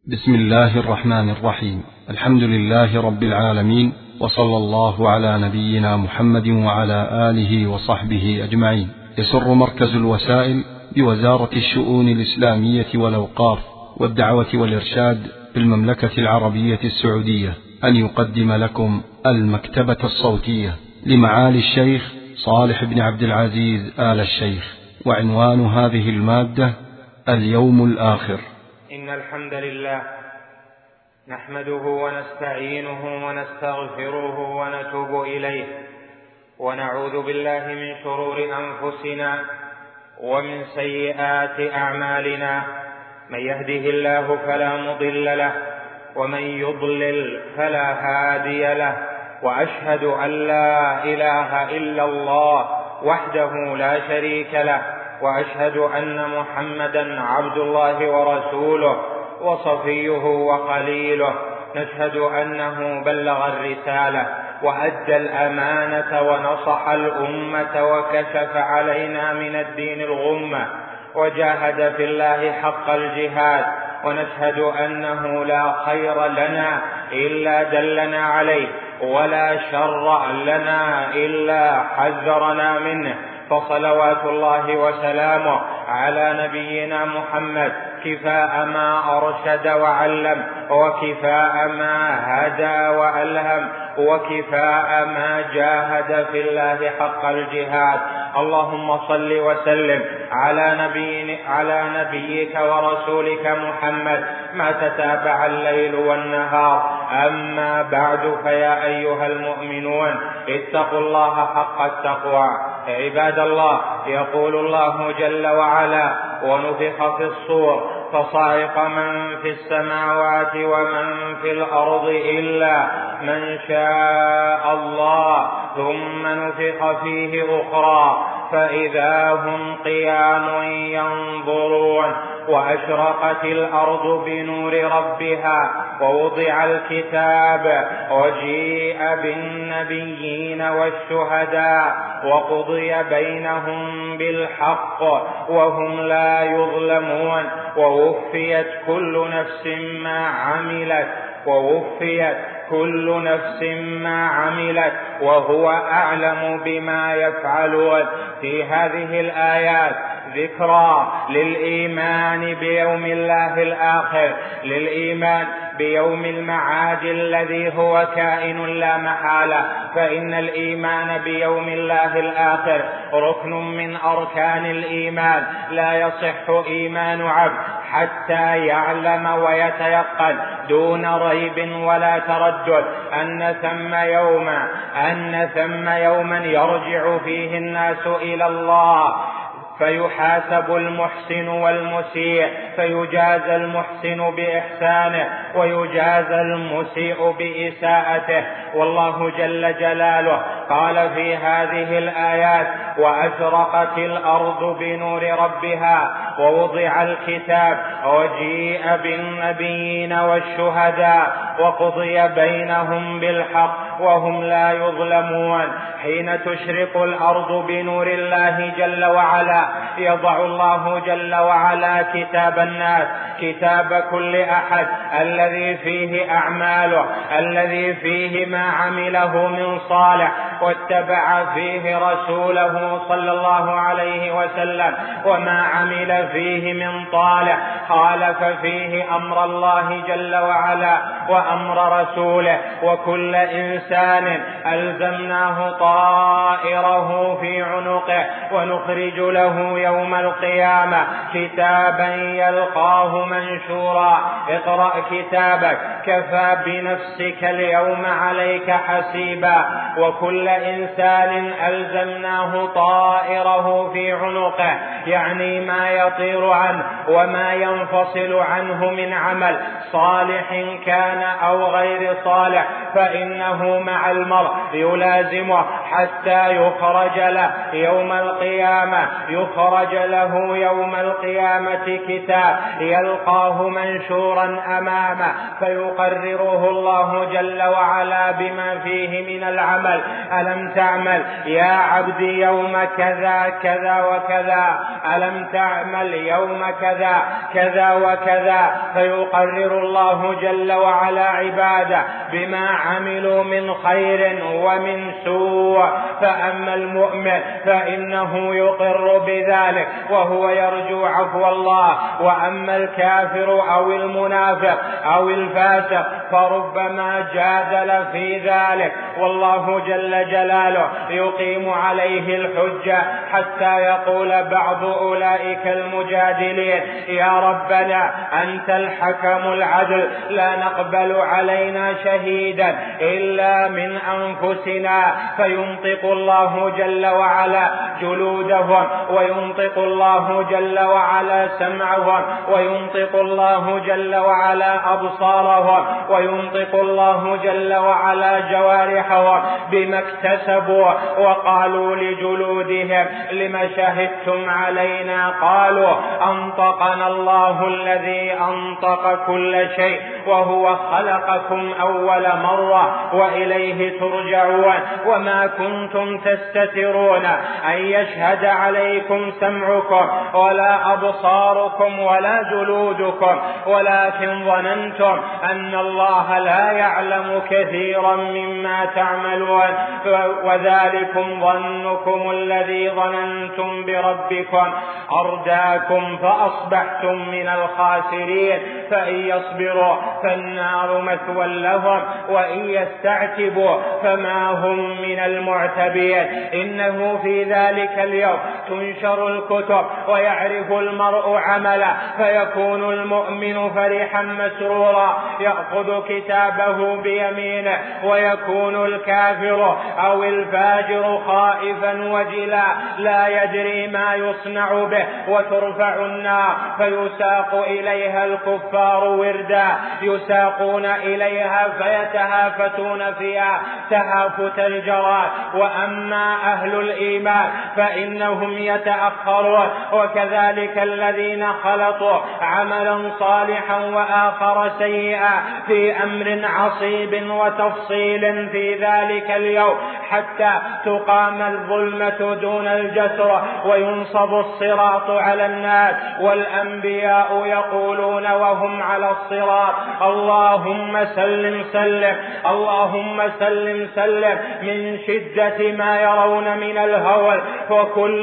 بسم الله الرحمن الرحيم. الحمد لله رب العالمين، وصلى الله على نبينا محمد وعلى آله وصحبه أجمعين. يسر مركز الوسائل بوزارة الشؤون الإسلامية والأوقاف والدعوة والإرشاد بالمملكة العربية السعودية أن يقدم لكم المكتبة الصوتية لمعالي الشيخ صالح بن عبد العزيز آل الشيخ، وعنوان هذه المادة: اليوم الآخر. إن الحمد لله نحمده ونستعينه ونستغفره ونتوب إليه، ونعوذ بالله من شرور أنفسنا ومن سيئات أعمالنا. من يهده الله فلا مضل له، ومن يضلل فلا هادي له، وأشهد أن لا إله إلا الله وحده لا شريك له، وأشهد أن محمدا عبد الله ورسوله وصفيه وخليله. نشهد أنه بلغ الرسالة وأدى الأمانة ونصح الأمة وكشف علينا من الدين الغمة، وجاهد في الله حق الجهاد. ونشهد أنه لا خير لنا إلا دلنا عليه، ولا شر لنا إلا حذرنا منه. فصلوات الله وسلامه على نبينا محمد كفاء ما أرشد وعلم، وكفاء ما هدى وألهم، وكفاء ما جاهد في الله حق الجهاد. اللهم صل وسلم على نبيك ورسولك محمد ما تتابع الليل والنهار. أما بعد، فيا أيها المؤمنون اتقوا الله حق التقوى. عباد الله، يقول الله جل وعلا: ونفخ في الصور فصعق من في السماوات ومن في الأرض إلا من شاء الله، ثم نفخ فيه أخرى فإذا هم قيام ينظرون. وأشرقت الأرض بنور ربها ووضع الكتاب وجيء بالنبيين والشهداء وقضي بينهم بالحق وهم لا يظلمون. ووفيت كل نفس ما عملت وهو أعلم بما يفعلون. في هذه الآيات ذكرى للإيمان بيوم الله الآخر، للإيمان بيوم المعاد الذي هو كائن لا محالة. فإن الإيمان بيوم الله الآخر ركن من أركان الإيمان. لا يصح إيمان عبد حتى يعلم ويتيقن دون ريب ولا تردد أن ثم يوما يرجع فيه الناس إلى الله، فيحاسب المحسن والمسيء، فيجازى المحسن بإحسانه ويجازى المسيء بإساءته. والله جل جلاله قال في هذه الآيات: وأشرقت الأرض بنور ربها ووضع الكتاب وجيء بالنبيين والشهداء وقضي بينهم بالحق وهم لا يظلمون. حين تشرق الأرض بنور الله جل وعلا يضع الله جل وعلا كتاب الناس، كتاب كل أحد، الذي فيه أعماله، الذي فيه ما عمله من صالح واتبع فيه رسوله صلى الله عليه وسلم، وما عمل فيه من طالح خالف فيه أمر الله جل وعلا وأمر رسوله. وكل إنسان ألزمناه طائره في عنقه، ونخرج له يوم القيامة كتابا يلقاه منشورا: اقرأ كتابك كفى بنفسك اليوم عليك حسيبا. وكل إنسان ألزمناه طائره في عنقه، يعني ما يطير عنه وما ينفصل عنه من عمل صالح كان كان أو غير صالح فإنه مع المرء يلازمه حتى يخرج له يوم القيامة كتاب يلقاه منشورا أمامه فيقرره الله جل وعلا بما فيه من العمل. ألم تعمل يا عبدي يوم كذا كذا وكذا، ألم تعمل يوم كذا كذا وكذا، فيقرر الله جل وعلا عباده بما عملوا من خير ومن سوء. فأما المؤمن فإنه يقر بذلك وهو يرجو عفو الله، وأما الكافر أو المنافق أو الفاسق فربما جادل في ذلك، والله جل جلاله يقيم عليه الحجة حتى يقول بعض أولئك المجادلين يا ربنا أنت الحكم العدل لا نقبل علينا شهيدا إلا من أنفسنا، فينطق الله جل وعلا جلودهم، وينطق الله جل وعلا سمعهم، وينطق الله جل وعلا أبصارهم، وينطق الله جل وعلا جوارحهم بما اكتسبوا. وقالوا لجلودهم لم شهدتم علينا؟ قالوا أنطقنا الله الذي أنطق كل شيء وهو خلقكم أول مرة وإليه ترجعون، وما كنتم تستترون أن يشهد عليكم سمعكم ولا أبصاركم ولا جلودكم، ولكن ظننتم أن الله لا يعلم كثيرا مما تعملون، وذلكم ظنكم الذي ظننتم بربكم أرداكم فأصبحتم من الخاسرين. فإن يصبروا فالنار مثوى لهم وإن يستعتبوا فما هم من المعتبين. إنه في ذلك اليوم تنشر الكتب ويعرف المرء عمله، فيكون المؤمن فرحا مسرورا يأخذ كتابه بيمينه، ويكون الكافر أو الفاجر خائفا وجلا لا يدري ما يصنع به، وترفع النار فيساق إليها الكفار وردا يساقون إليها فيتهافتون فيها تهافت الجراد. وأما أهل الإيمان فإنهم يتأخرون، وكذلك الذين خلطوا عملا صالحا وآخر سيئا في أمر عصيب وتفصيل في ذلك اليوم حتى تقام الظلمة دون الجسر وينصب الصراط على الناس، والأنبياء يقولون وهم على الصراط اللهم سلم سلم، اللهم سلم سلم، من شدة ما يرون من الهول، فكل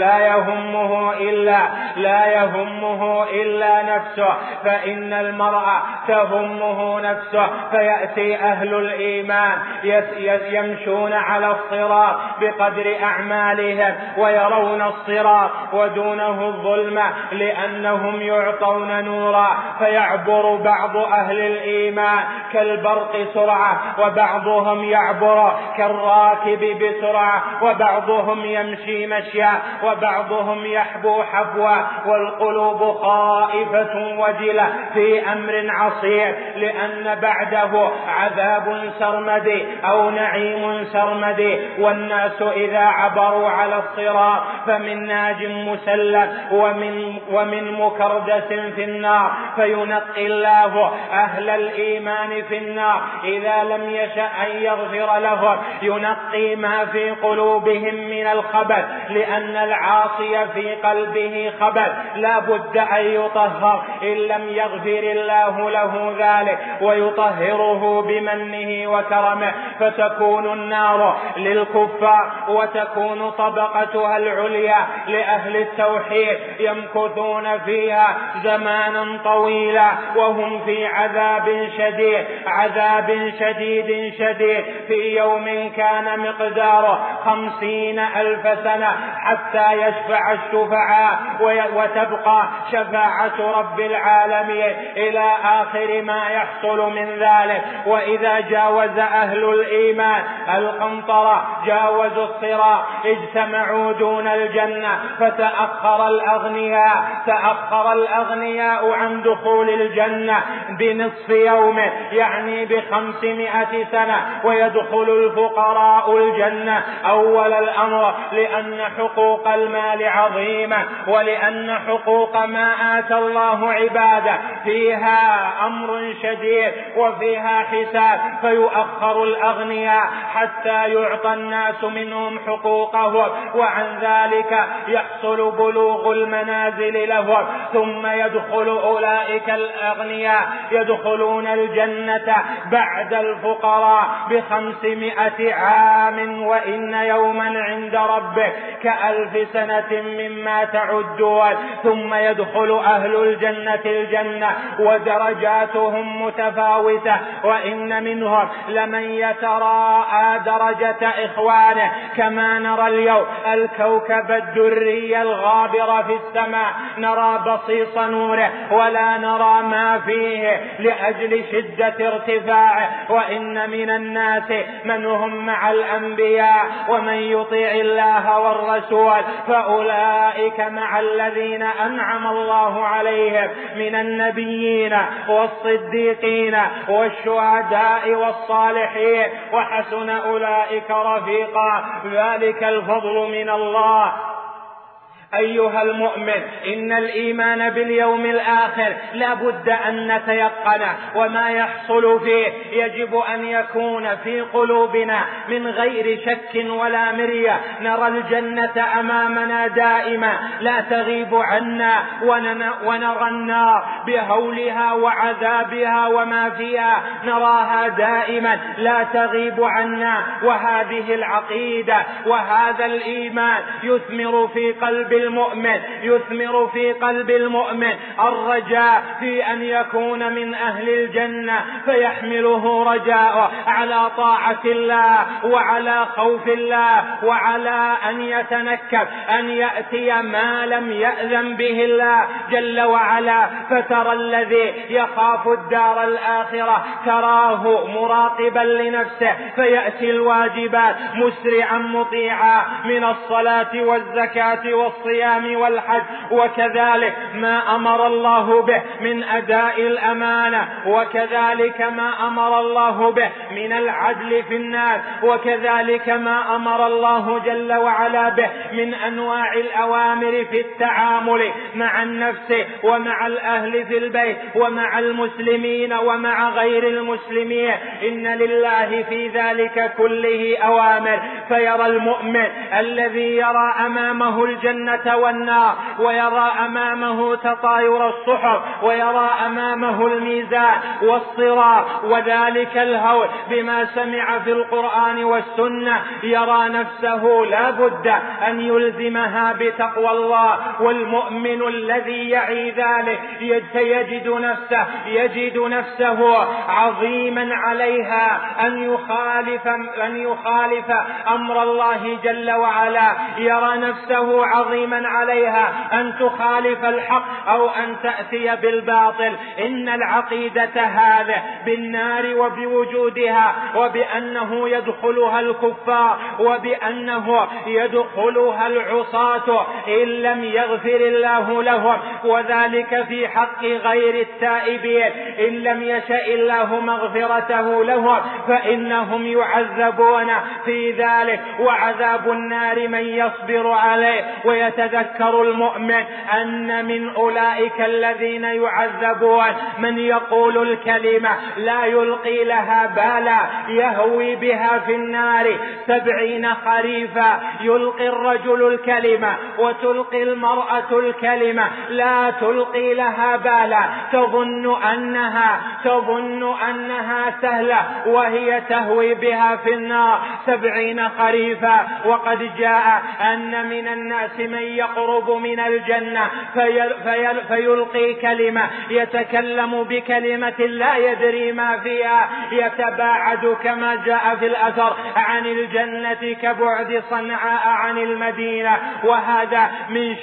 لا يهمه إلا نفسه، فإن المرء تهمه نفسه. فيأتي أهل الإيمان يمشون على الصراط بقدر أعمالهم ويرون الصراط ودونه الظلمة لأنهم يعطون نورا، فيعبر بعض أهل الإيمان كالبرق سرعة، وبعضهم يعبر كالراكب بسرعة، وبعضهم يمشي مشيا، وبعضهم يحبو حبوا، والقلوب خائفة وجلة في أمر عصيب، لأن بعده عذاب سرمدي أو نعيم سرمدي. والناس إذا عبروا على الصراط فمن ناج مسلم ومن مكردس في النار، فينقي الله أهل الإيمان في النار إذا لم يشأ أن يغفر لهم، ينقي ما في قلوبهم من الخبث، لأن العاصي في قلبه خبث لا بد أن يطهر إن لم يغفر الله له ذلك ويطهره بمنه وكرمه، فتكون النار للكفار وتكون طبقتها العليا لأهل التوحيد، يمكثون فيها زمانا طويلا وهم في عذاب شديد في يوم كان مقداره 50,000 سنة حتى يشفع الشفعاء وتبقى شفاعة رب العالمين إلى آخر ما يحصل من ذلك. وإذا جاوز أهل الإيمان القنطرة جاوزوا الصراط اجتمعوا دون الجنة، فتأخر الأغنياء عن دخول الجنة بنصف يوم يعني ب500 سنة، ويدخل الفقراء الجنة أول الأمر لأن حقوق المال عظيمة، ولأن حقوق ما آتى الله عباده فيها أمر شديد وفيها حساب، فيؤخر الأغنياء حتى يعطى الناس منهم حقوقهم، وعن ذلك يحصل بلوغ المنازل لهم، ثم يدخل أولئك الأغنياء يدخلون الجنة بعد الفقراء ب500 عام، وإن يوما عند ربك ك1000 سنة مما تعدون. ثم يدخل أهل الجنة الجنة ودرجاتهم متفاوتة، وإن منهم لمن يتراءى درجة إخوانه، كما نرى اليوم الكوكب الدري الغابر في السماء نرى بصيص نوره ولا نرى ما فيه لأجل شدة ارتفاعه. وإن من الناس من هم مع الأنبياء، ومن يطيع الله والرسول فأولئك مع الذين أنعم الله عليهم من النبيين والصديقين والشهداء والصالحين، وحسن أولئك رفيقا، ذلك الفضل من الله. أيها المؤمن، إن الإيمان باليوم الآخر لا بد أن نتيقنه، وما يحصل فيه يجب أن يكون في قلوبنا من غير شك ولا مرية. نرى الجنة أمامنا دائما لا تغيب عنا، ونرى النار بهولها وعذابها وما فيها نراها دائما لا تغيب عنا. وهذه العقيدة وهذا الإيمان يثمر في قلب المؤمن، يثمر في قلب المؤمن الرجاء في أن يكون من أهل الجنة، فيحمله رجاء على طاعة الله وعلى خوف الله، وعلى أن يتنكب أن يأتي ما لم يأذن به الله جل وعلا. فترى الذي يخاف الدار الآخرة تراه مراقبا لنفسه، فيأتي الواجبات مسرعا مطيعا من الصلاة والزكاة والصيام والحج، وكذلك ما أمر الله به من أداء الأمانة، وكذلك ما أمر الله به من العدل في الناس، وكذلك ما أمر الله جل وعلا به من أنواع الأوامر في التعامل مع النفس ومع الأهل في البيت ومع المسلمين ومع غير المسلمين. إن لله في ذلك كله أوامر. فيرى المؤمن الذي يرى أمامه الجنة والنار، ويرى أمامه تطاير الصحف، ويرى أمامه الميزان والصراط، وذلك الهول بما سمع في القرآن والسنة، يرى نفسه لا بد أن يلزمها بتقوى الله. والمؤمن الذي يعي ذلك يجد نفسه عظيما عليها أن يخالف أمر الله جل وعلا، يرى نفسه عظيما عليها أن تخالف الحق أو أن تأتي بالباطل. إن العقيدة هذه بالنار وبوجودها، وبأنه يدخلها الكفار، وبأنه يدخلها العصاة إن لم يغفر الله لهم، وذلك في حق غير التائبين إن لم يشاء الله مغفرته لهم فإنهم يعذبون في ذلك. وعذاب النار من يصبر عليه. ويتذكر المؤمن أن من أولئك الذين يعذبون من يقول الكلمة لا يلقي لها بالا، يهوي بها في النار 70 خريفا. يلقي الرجل الكلمة وتلقي المرأة الكلمة، لا تلقي لها بالا، تظن أنها سهلة، وهي تهوي بها في النار 70 خريفا. وقد جاء أن من الناس من يقرب من الجنة فيلقي كلمة، يتكلم بكلمة لا يدري ما فيها، يتباعد كما جاء في الأثر عن الجنة كبعد صنعاء عن المدينة. وهذا من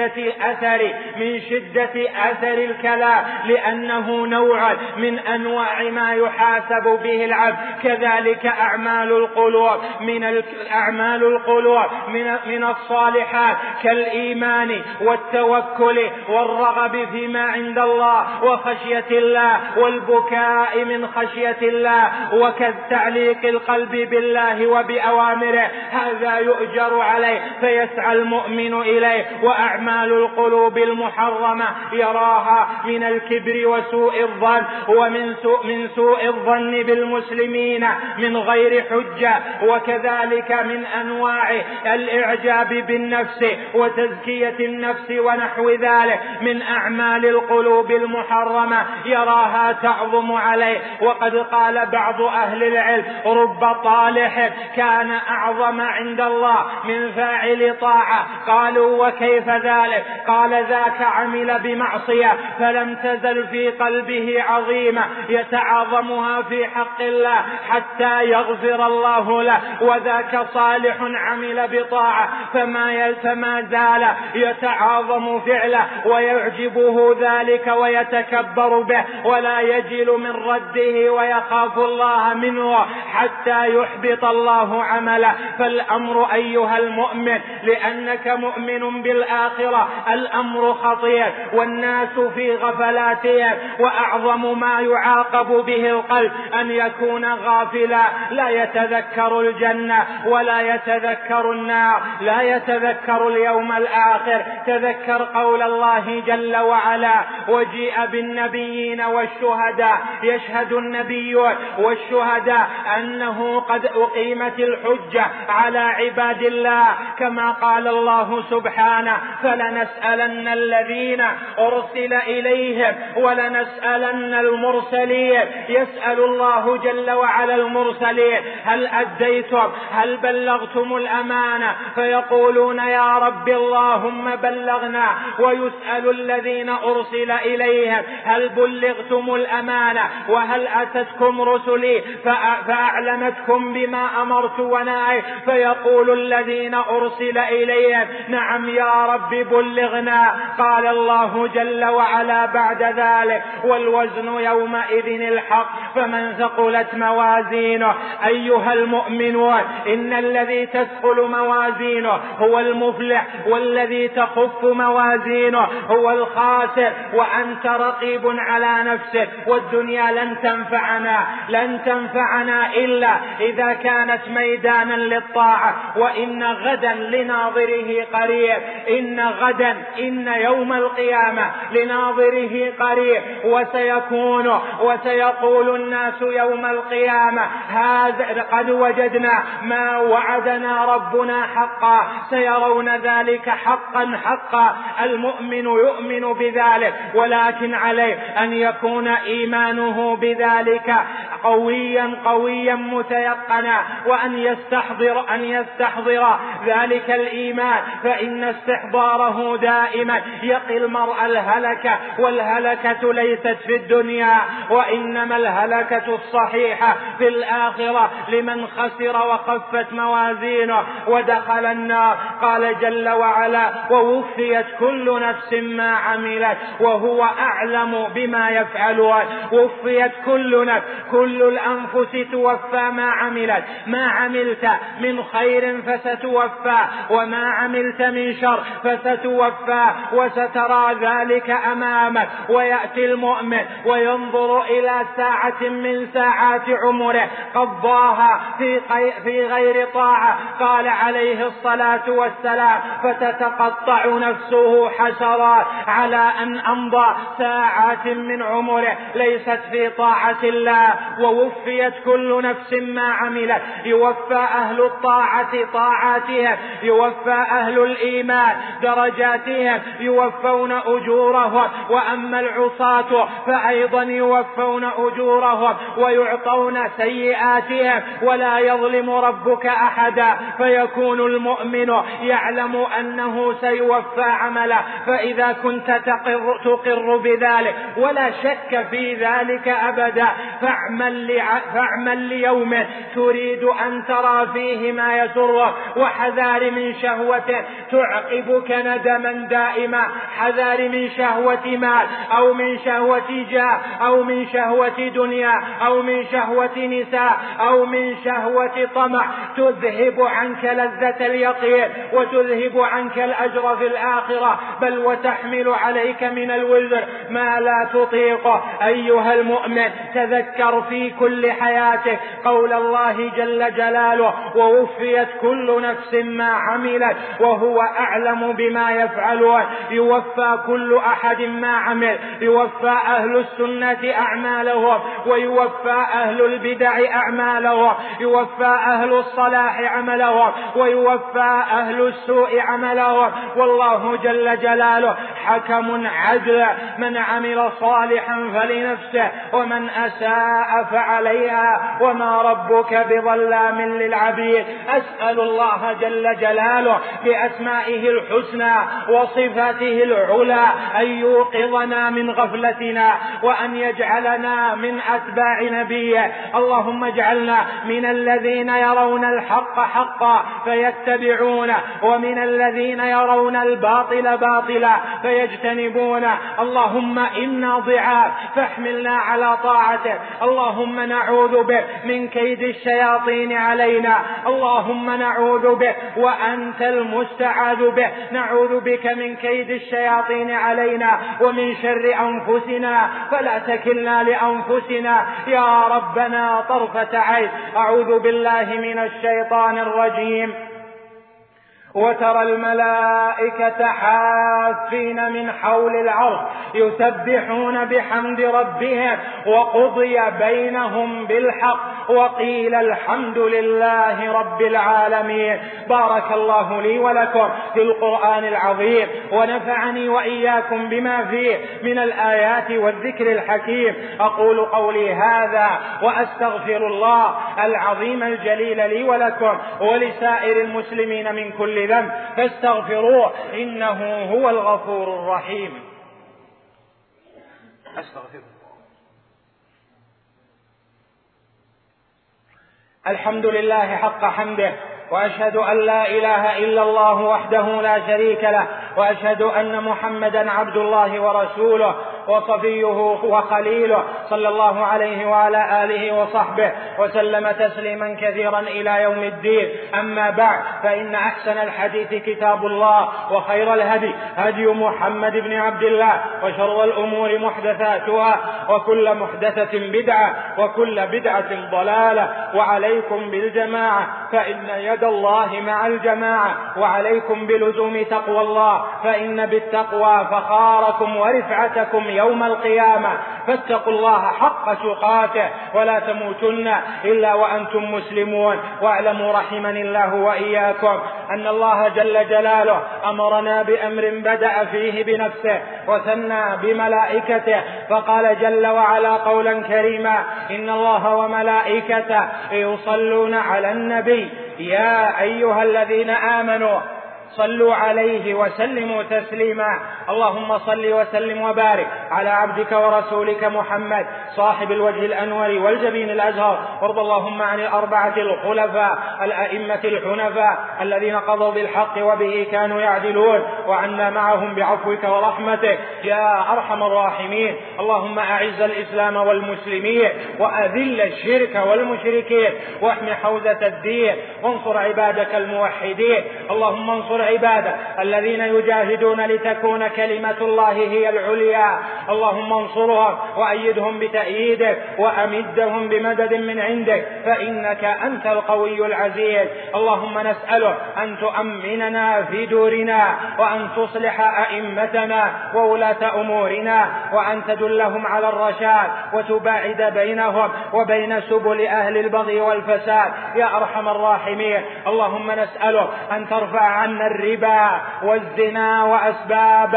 شدة أثر الكلام، لأنه نوع من أنواع ما يحاسب به العبد. كذلك أعمال القلوب من الصالحات الإيمان والتوكل والرغب فيما عند الله وخشية الله والبكاء من خشية الله وكالتعليق القلب بالله وبأوامره، هذا يؤجر عليه فيسعى المؤمن إليه. وأعمال القلوب المحرمة يراها من الكبر وسوء الظن ومن سوء الظن بالمسلمين من غير حجة، وكذلك من أنواع الإعجاب بالنفس وتزكية النفس ونحو ذلك من أعمال القلوب المحرمة يراها تعظم عليه. وقد قال بعض أهل العلم: رب طالح كان أعظم عند الله من فاعل طاعة. قالوا: وكيف ذلك؟ قال: ذاك عمل بمعصية فلم تزل في قلبه عظيمة يتعاظمها في حق الله حتى يغفر الله له، وذاك صالح عمل بطاعة فما زال يتعاظم فعله ويعجبه ذلك ويتكبر به ولا يجل من رده ويخاف الله منه حتى يحبط الله عمله. فالأمر أيها المؤمن لأنك مؤمن بالآخرة الأمر خطير والناس في غفلاتهم، وأعظم ما يعاقب به القلب أن يكون غافلا لا يتذكر الجنة ولا يتذكر النار، لا يتذكر اليوم الآخر. تذكر قول الله جل وعلا: وجيء بالنبيين والشهداء يشهد النبيون والشهداء أنه قد أقيمت الحجة على عباد الله، كما قال الله سبحانه: فلنسألن الذين أرسل إليهم ولنسألن المرسلين. يسأل الله جل وعلا المرسلين: هل أديتم؟ هل بلغتم الأمانة؟ فيقولون: يا رب اللهم بلغنا. ويسأل الذين أرسل إليهم: هل بلغتم الأمانة؟ وهل أتتكم رسلي فأعلمتكم بما أمرت ونهيت؟ فيقول الذين أرسل إليهم: نعم يا رب بلغنا. قال الله جل وعلا بعد ذلك: والوزن يومئذ الحق فمن ثقلت موازينه. أيها المؤمنون، إن الذي تثقل موازينه هو المفلح، والذي تخف موازينه هو الخاسر. وأنت رقيب على نفسك، والدنيا لن تنفعنا إلا إذا كانت ميدانا للطاعة. وإن غدا لناظره قريب، إن يوم القيامة لناظره قريب. وسيقول الناس يوم القيامة: هذا قد وجدنا ما وعدنا ربنا حقا. سيرون ذلك حقا. المؤمن يؤمن بذلك، ولكن عليه أن يكون إيمانه بذلك قويا متيقنا، وأن يستحضر ذلك الإيمان، فإن استحضاره دائما يقي المرء الهلكة، والهلكة ليست في الدنيا، وإنما الهلكة الصحيحة في الآخرة لمن خسر وخفت موازينه ودخل النار. قال جل وعلا: ووفيت كل نفس ما عملت وهو أعلم بما يفعلون. وفيت كل نفس، كل الأنفس توفى ما عملت. ما عملت من خير فستوفى، وما عملت من شر فستوفى، وسترى ذلك أمامك. ويأتي المؤمن وينظر إلى ساعة من ساعات عمره قضاها في غير طاعة، قال عليه الصلاة والسلام: فتتقطع نفسه حسرات على أن أمضى ساعات من عمره ليست في طاعة الله. ووفيت كل نفس ما عملت. يوفى أهل الطاعة طاعاتهم، يوفى أهل الإيمان درجاتهم، يوفون أجورهم. وأما العصاة فأيضا يوفون أجورهم ويعطون سيئاتهم، ولا يظلم ربك أحدا. فيكون المؤمن يعلم أنه سيوفى عمله. فإذا كنت تقر بذلك ولا شك في ذلك أبدا، فاعمل فاعمل ليوم تريد أن ترى فيه ما يسره، وحذار من شهوة تعقبك ندما دائما. حذار من شهوة مال أو من شهوة جاه أو من شهوة دنيا أو من شهوة نساء أو من شهوة طمع تذهب عنك لذة اليقين وتذهب عنك الأجر في الآخرة، بل وتحمل عليك من الوزر ما لا تطيقه. أيها المؤمن، تذكر في كل حياتك قول الله جل جلاله: ووفيت كل نفس ما عملت وهو أعلم بما يفعلون. يوفى كل أحد ما عمل، يوفى أهل السنة أعمالهم، ويوفى أهل البدع أعمالهم، يوفى أهل الصلاح عملهم، ويوفى أهل السوء عملهم. والله جل جلاله حكم عدل، من عمل صالحا فلنفسه ومن أساء فعليها وما ربك بظلام للعبيد. أسأل الله جل جلاله بأسمائه الحسنى وصفاته العلى أن يوقظنا من غفلتنا وأن يجعلنا من أتباع نبيه. اللهم اجعلنا من الذين يرون الحق حقا فيتبعونه، ومن الذين يرون الباطل باطلا فيجتنبونه. اللهم إنا ضعاف فاحملنا على طاعتك. اللهم نعوذ بك من كيد الشياطين علينا. اللهم نعوذ بك وأنت المستعاذ به، نعوذ بك من كيد الشياطين علينا ومن شر أنفسنا، فلا تكلنا لأنفسنا يا ربنا طرفة عين. أعوذ بالله من الشيطان الرجيم. وترى الملائكة حافين من حول العرش يسبحون بحمد ربهم وقضي بينهم بالحق وقيل الحمد لله رب العالمين. بارك الله لي ولكم في القرآن العظيم، ونفعني وإياكم بما فيه من الآيات والذكر الحكيم. أقول قولي هذا وأستغفر الله العظيم الجليل لي ولكم ولسائر المسلمين من كل ذنب، فاستغفروه إنه هو الغفور الرحيم. أستغفر. الحمد لله حق حمده، وأشهد أن لا إله إلا الله وحده لا شريك له، وأشهد أن محمدا عبد الله ورسوله وصفيه وخليله، صلى الله عليه وعلى آله وصحبه وسلم تسليما كثيرا إلى يوم الدين. أما بعد، فإن أحسن الحديث كتاب الله، وخير الهدي هدي محمد بن عبد الله، وشر الأمور محدثاتها، وكل محدثة بدعة، وكل بدعة ضلالة. وعليكم بالجماعة فإن يد الله مع الجماعة، وعليكم بلزوم تقوى الله، فإن بالتقوى فخاركم ورفعتكم يوم القيامة. فاتقوا الله حق تقاته ولا تموتن إلا وأنتم مسلمون. واعلموا رحمني الله وإياكم أن الله جل جلاله أمرنا بأمر بدأ فيه بنفسه وثنى بملائكته، فقال جل وعلا قولا كريما: إن الله وملائكته يصلون على النبي يا أيها الذين آمنوا صلوا عليه وسلموا تسليما. اللهم صل وسلم وبارك على عبدك ورسولك محمد صاحب الوجه الأنور والجبين الأزهر. وارض اللهم عن الأربعة الخلفاء الأئمة الحنفاء الذين قضوا بالحق وبه كانوا يعدلون، وعنا معهم بعفوك ورحمتك يا أرحم الراحمين. اللهم أعز الإسلام والمسلمين، وأذل الشرك والمشركين، واحم حوزة الدين، وانصر عبادك الموحدين. اللهم انصر عبادك الذين يجاهدون لتكون كلمة الله هي العليا. اللهم انصرهم وأيدهم بتأييدك، وأمدهم بمدد من عندك، فإنك أنت القوي العزيز. اللهم نسألك أن تؤمننا في دورنا، وأن تصلح أئمتنا وولاة أمورنا، وأن تدلهم على الرشاد، وتباعد بينهم وبين سبل أهل البغي والفساد يا أرحم الراحمين. اللهم نسألك أن ترفع عنا الربا والزنا وأسبابه،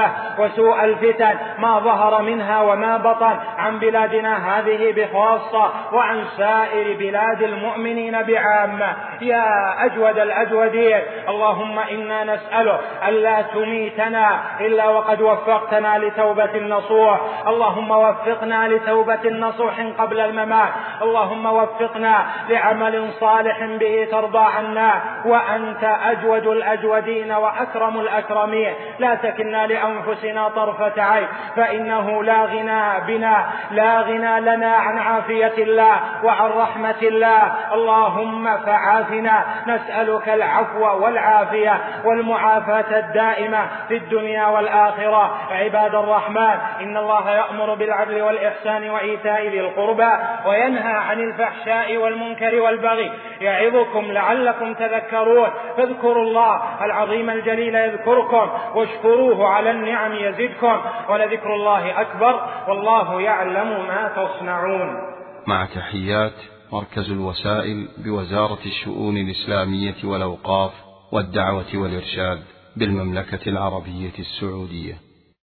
الضلالة وسوء الفتن ما ظهر منها وما بطن عن بلادنا هذه بخاصة وعن سائر بلاد المؤمنين بعامة. يا أجود الأجودين، اللهم إنا نسألك ألا تميتنا إلا وقد وفقتنا لتوبة نصوح. اللهم وفقنا لتوبة نصوح قبل الممات. اللهم وفقنا لعمل صالح به ترضى عنا، وأنت أجود الأجودين وأكرم الأكرمين. لا تكلنا لأنفسنا طرفة عين، فإنه لا غنى بنا، لا غنى لنا عن عافية الله وعن رحمة الله. اللهم فعافنا، نسألك العفو والعافية والمعافاة الدائمة في الدنيا والآخرة. عباد الرحمن، إن الله يأمر بالعدل والإحسان وإيتاء ذي القربى وينهى عن الفحشاء والمنكر والبغي، يعظكم لعلكم تذكرون. فاذكروا الله العظيم الجليل يذكركم، واشكروه على النعم يزدكم، ولذكر الله أكبر، والله يعلم ما تصنعون. مع تحيات مركز الوسائل بوزارة الشؤون الإسلامية والأوقاف والدعوة والإرشاد بالمملكة العربية السعودية.